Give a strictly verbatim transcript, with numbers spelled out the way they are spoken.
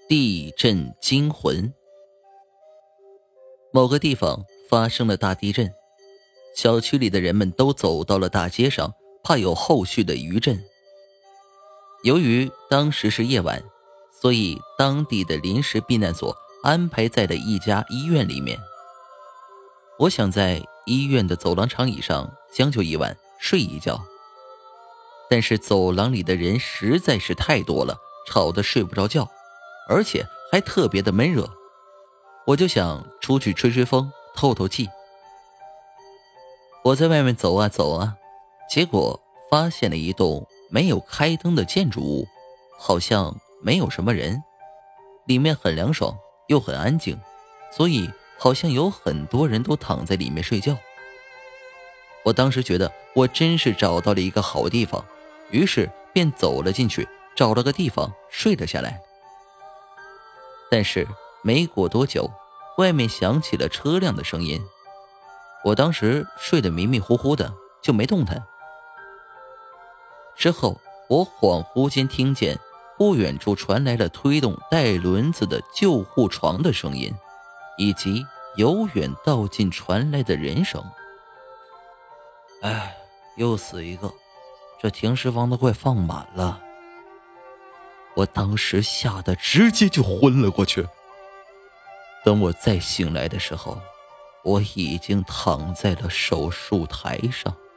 地震惊魂。某个地方发生了大地震，小区里的人们都走到了大街上，怕有后续的余震。由于当时是夜晚，所以当地的临时避难所安排在了一家医院里面。我想在医院的走廊长椅上将就一晚，睡一觉。但是走廊里的人实在是太多了，吵得睡不着觉，而且还特别的闷热。我就想出去吹吹风，透透气。我在外面走啊走啊，结果发现了一栋没有开灯的建筑物，好像没有什么人，里面很凉爽又很安静，所以好像有很多人都躺在里面睡觉。我当时觉得我真是找到了一个好地方，于是便走了进去，找了个地方睡了下来。但是没过多久，外面响起了车辆的声音，我当时睡得迷迷糊糊的，就没动弹。之后我恍惚间听见不远处传来了推动带轮子的救护床的声音，以及由远到近传来的人声。哎，又死一个，这停尸房都快放满了。我当时吓得直接就昏了过去。等我再醒来的时候，我已经躺在了手术台上。